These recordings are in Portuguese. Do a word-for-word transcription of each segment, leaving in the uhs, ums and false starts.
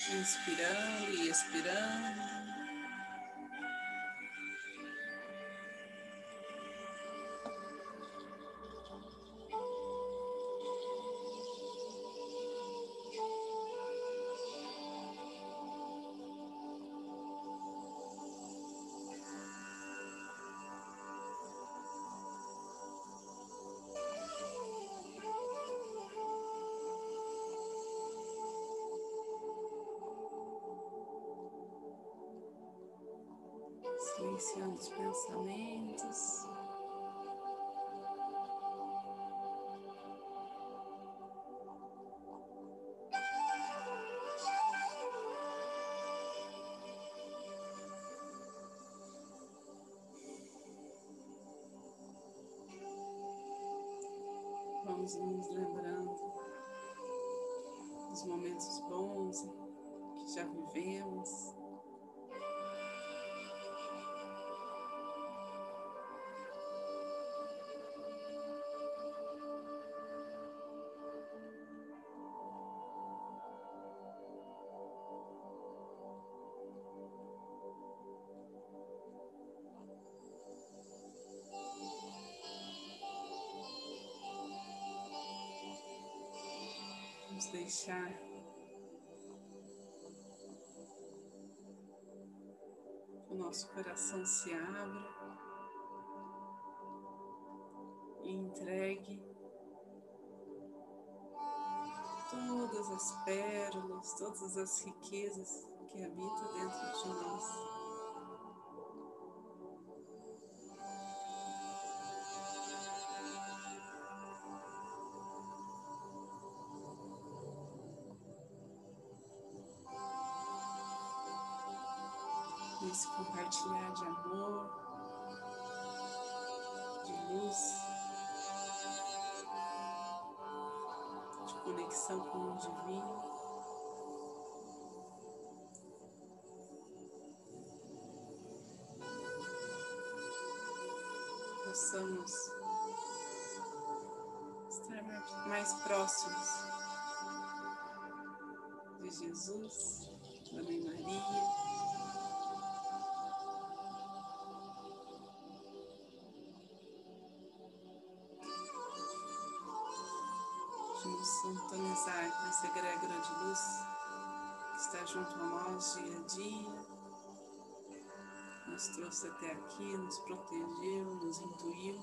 Inspirando e expirando. Silenciando os pensamentos. Vamos nos lembrando dos momentos bons que já vivemos. Vamos deixar que o nosso coração se abra e entregue todas as pérolas, todas as riquezas que habitam dentro de nós. Nesse compartilhar de amor, de luz, de conexão com o divino. Possamos estar mais próximos de Jesus, da Mãe Maria, de nos sintonizar com essa egrégora de luz que está junto a nós dia a dia, nos trouxe até aqui, nos protegeu, nos intuiu.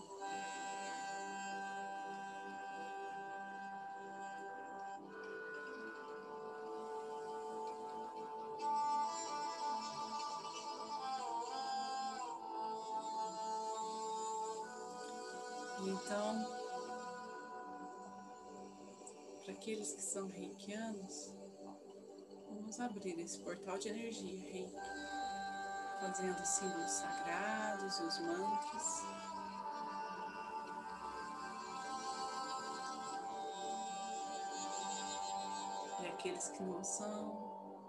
Então, para aqueles que são reikianos, vamos abrir esse portal de energia reiki, fazendo os símbolos sagrados, os mantras. E aqueles que não são,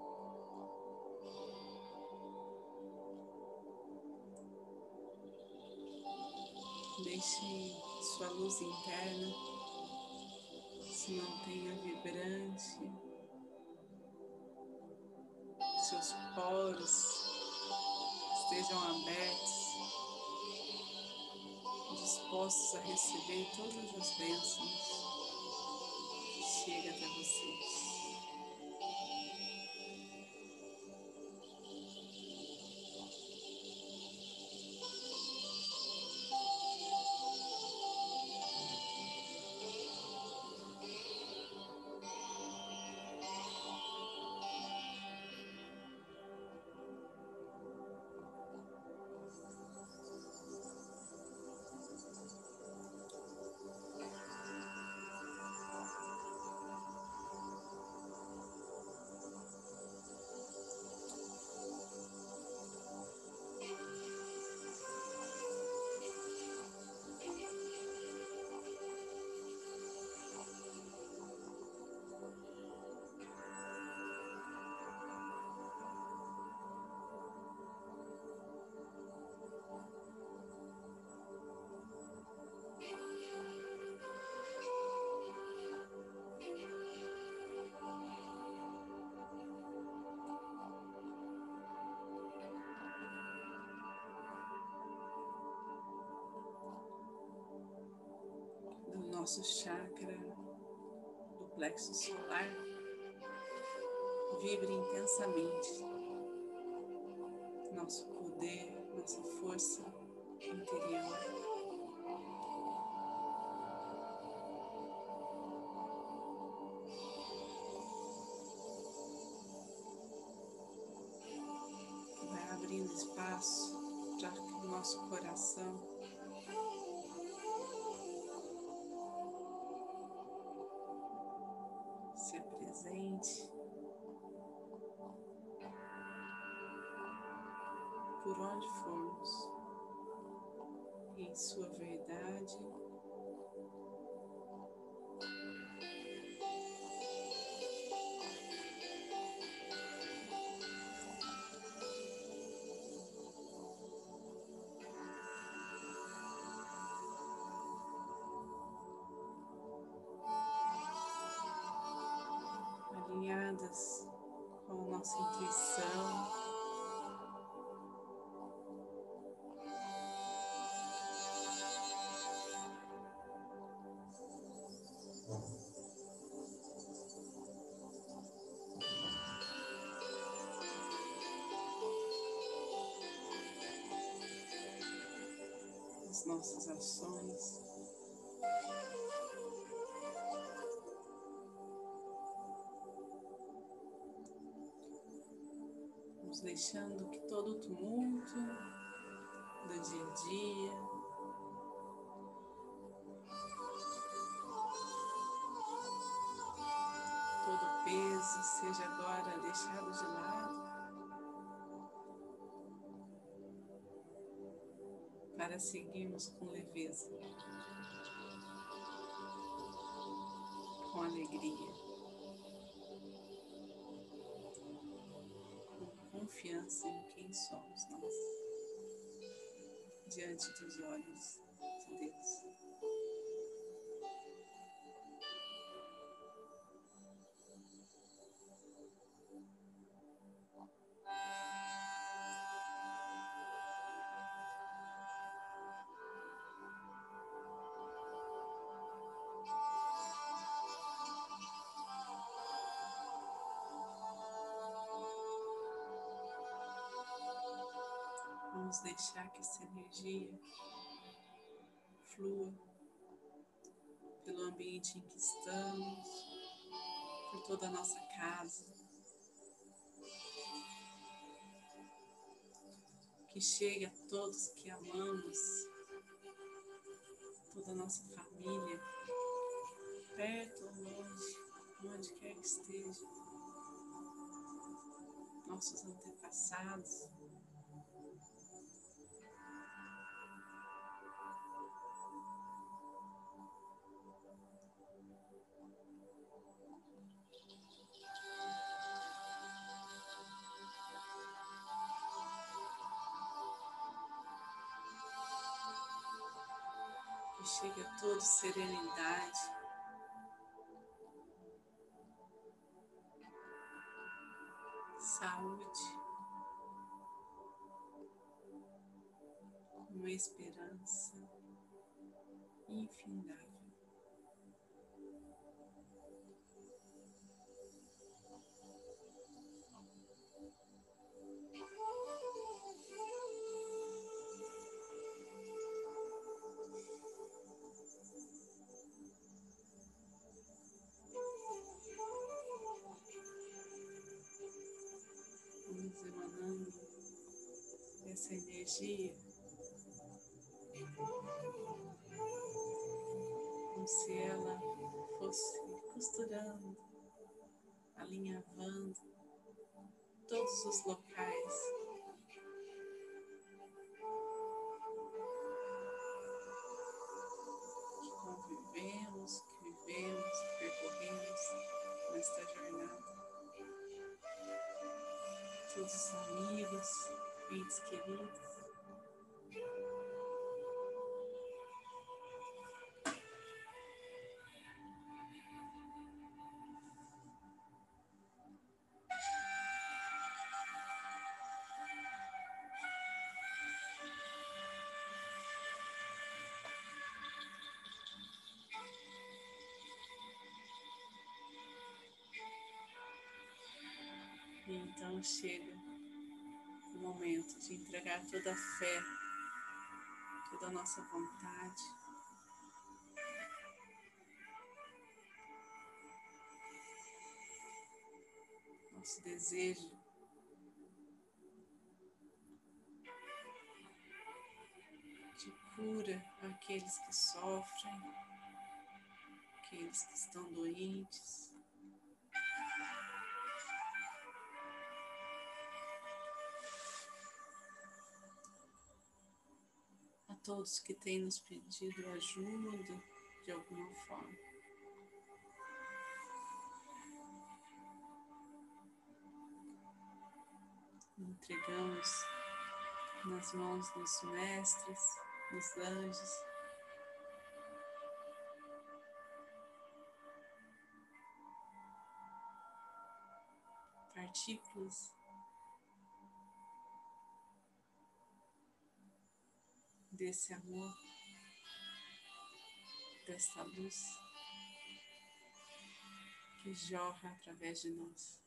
deixe sua luz interna se mantenha vibrante, seus poros estejam abertos, dispostos a receber todas as bênçãos que chegam até vocês. nosso chakra do plexo solar vibre intensamente. Nosso poder, nossa força interior. Que vai abrindo espaço para que o nosso coração se apresente por onde formos, em sua verdade, alinhadas com a nossa intuição. As nossas ações, nos deixando que todo o tumulto do dia a dia, todo o peso seja agora deixado de lado para seguirmos com leveza, com alegria, com confiança em quem somos nós, diante dos olhos de Deus. Vamos deixar que essa energia flua pelo ambiente em que estamos, por toda a nossa casa, que chegue a todos que amamos, toda a nossa família, perto ou longe, onde quer que esteja, nossos antepassados. Que chegue a todos serenidade, saúde, uma esperança infindável. Vamos emanando essa energia como se ela fosse costurando, alinhavando todos os locais que convivemos, que vivemos, que percorremos nesta jornada. Todos os amigos, entes queridos, Então chega o momento de entregar toda a fé, toda a nossa vontade, nosso desejo de cura àqueles que sofrem, aqueles que estão doentes. A todos que têm nos pedido ajuda de alguma forma. Entregamos nas mãos dos mestres, dos anjos, partículas desse amor, dessa luz que jorra através de nós.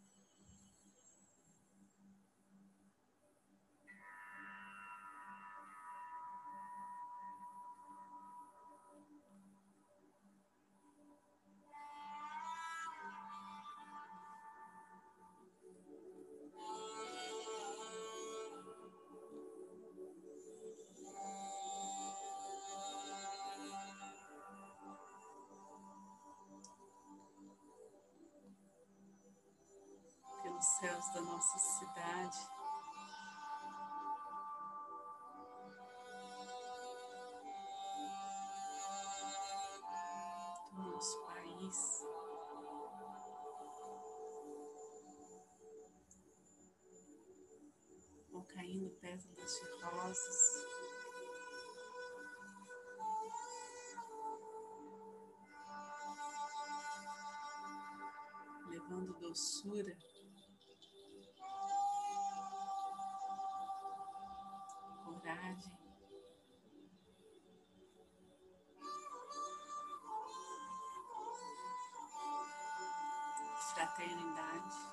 Pelos céus da nossa cidade, do nosso país, vão caindo pétalas de rosas, levando doçura, coragem, fraternidade.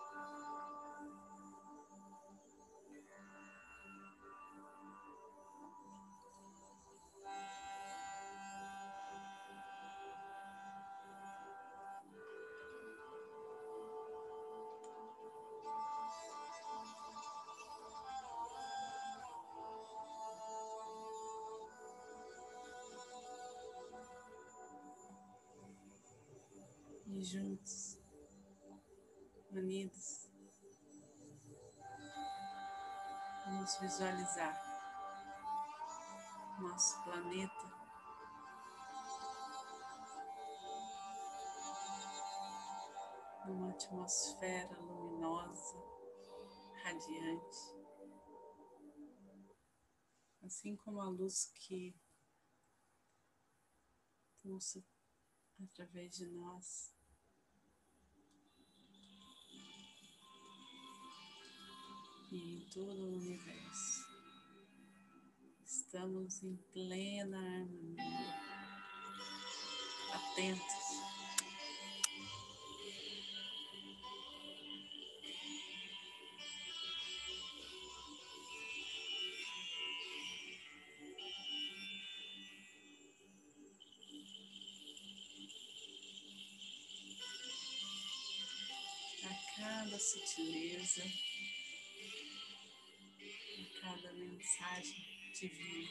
E juntos, unidos, vamos visualizar nosso planeta numa atmosfera luminosa, radiante, assim como a luz que pulsa através de nós. E em todo o universo, estamos em plena harmonia, atentos. A cada sutileza, a cada mensagem divina.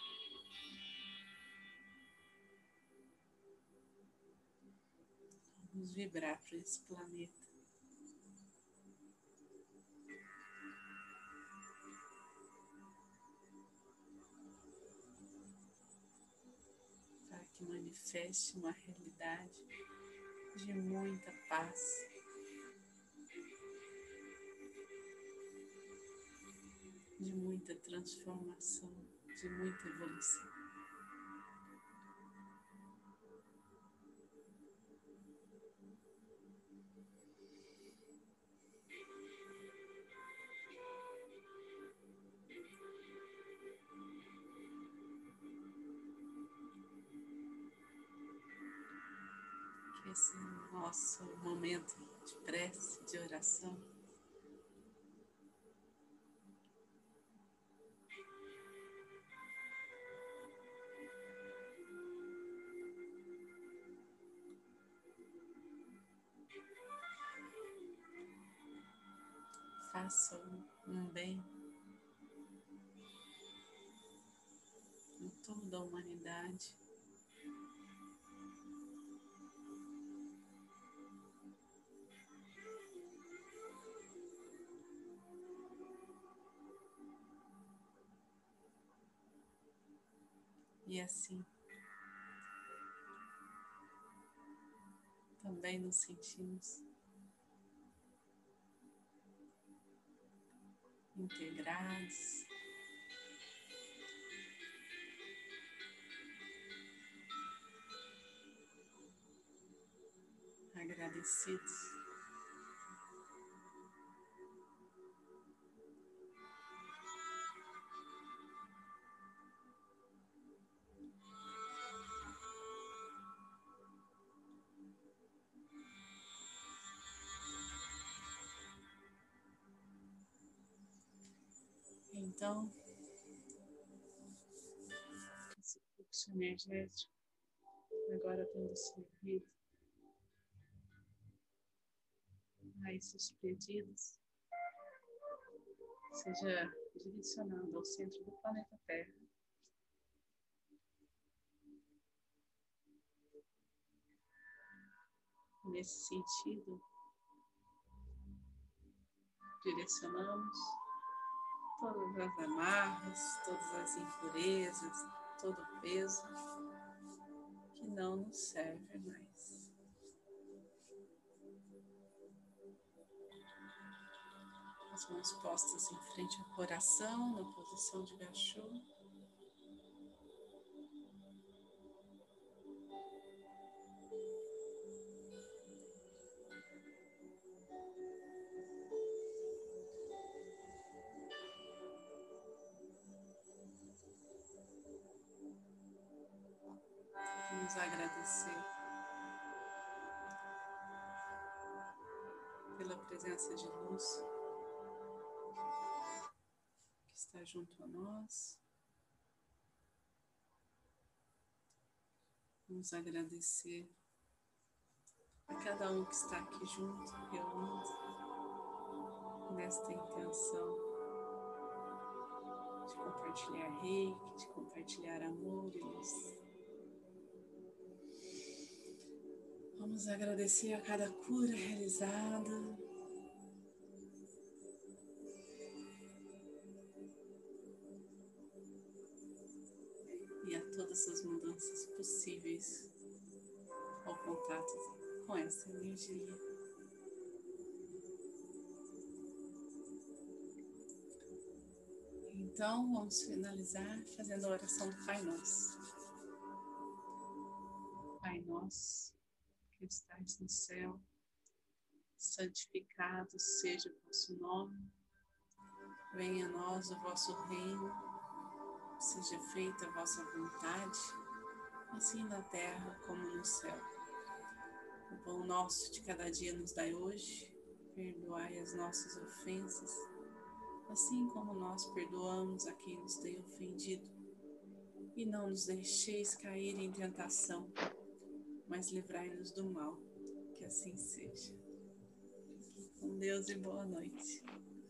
Vamos vibrar para esse planeta. Para que manifeste uma realidade de muita paz, de muita transformação, de muita evolução. Que esse nosso momento de prece, de oração, faça um bem em toda a humanidade. E assim, também nos sentimos integrados, agradecidos. Então, esse fluxo energético agora tendo servido a esses pedidos, seja direcionado ao centro do planeta Terra. Nesse sentido, direcionamos todas as amarras, todas as impurezas, todo o peso que não nos serve mais. As mãos postas em frente ao coração, na posição de Gachô. Vamos agradecer pela presença de luz que está junto a nós. Vamos agradecer a cada um que está aqui junto, reunido, nesta intenção de compartilhar reiki, de compartilhar amor e luz. Vamos agradecer a cada cura realizada. E a todas as mudanças possíveis ao contato com essa energia. Então, vamos finalizar fazendo a oração do Pai Nosso. Pai Nosso, que estais no céu, santificado seja o vosso nome. Venha a nós o vosso reino, seja feita a vossa vontade, assim na terra como no céu. O pão nosso de cada dia nos dai hoje, perdoai as nossas ofensas, assim como nós perdoamos a quem nos tem ofendido. E não nos deixeis cair em tentação, mas livrai-nos do mal, que assim seja. Com Deus e boa noite.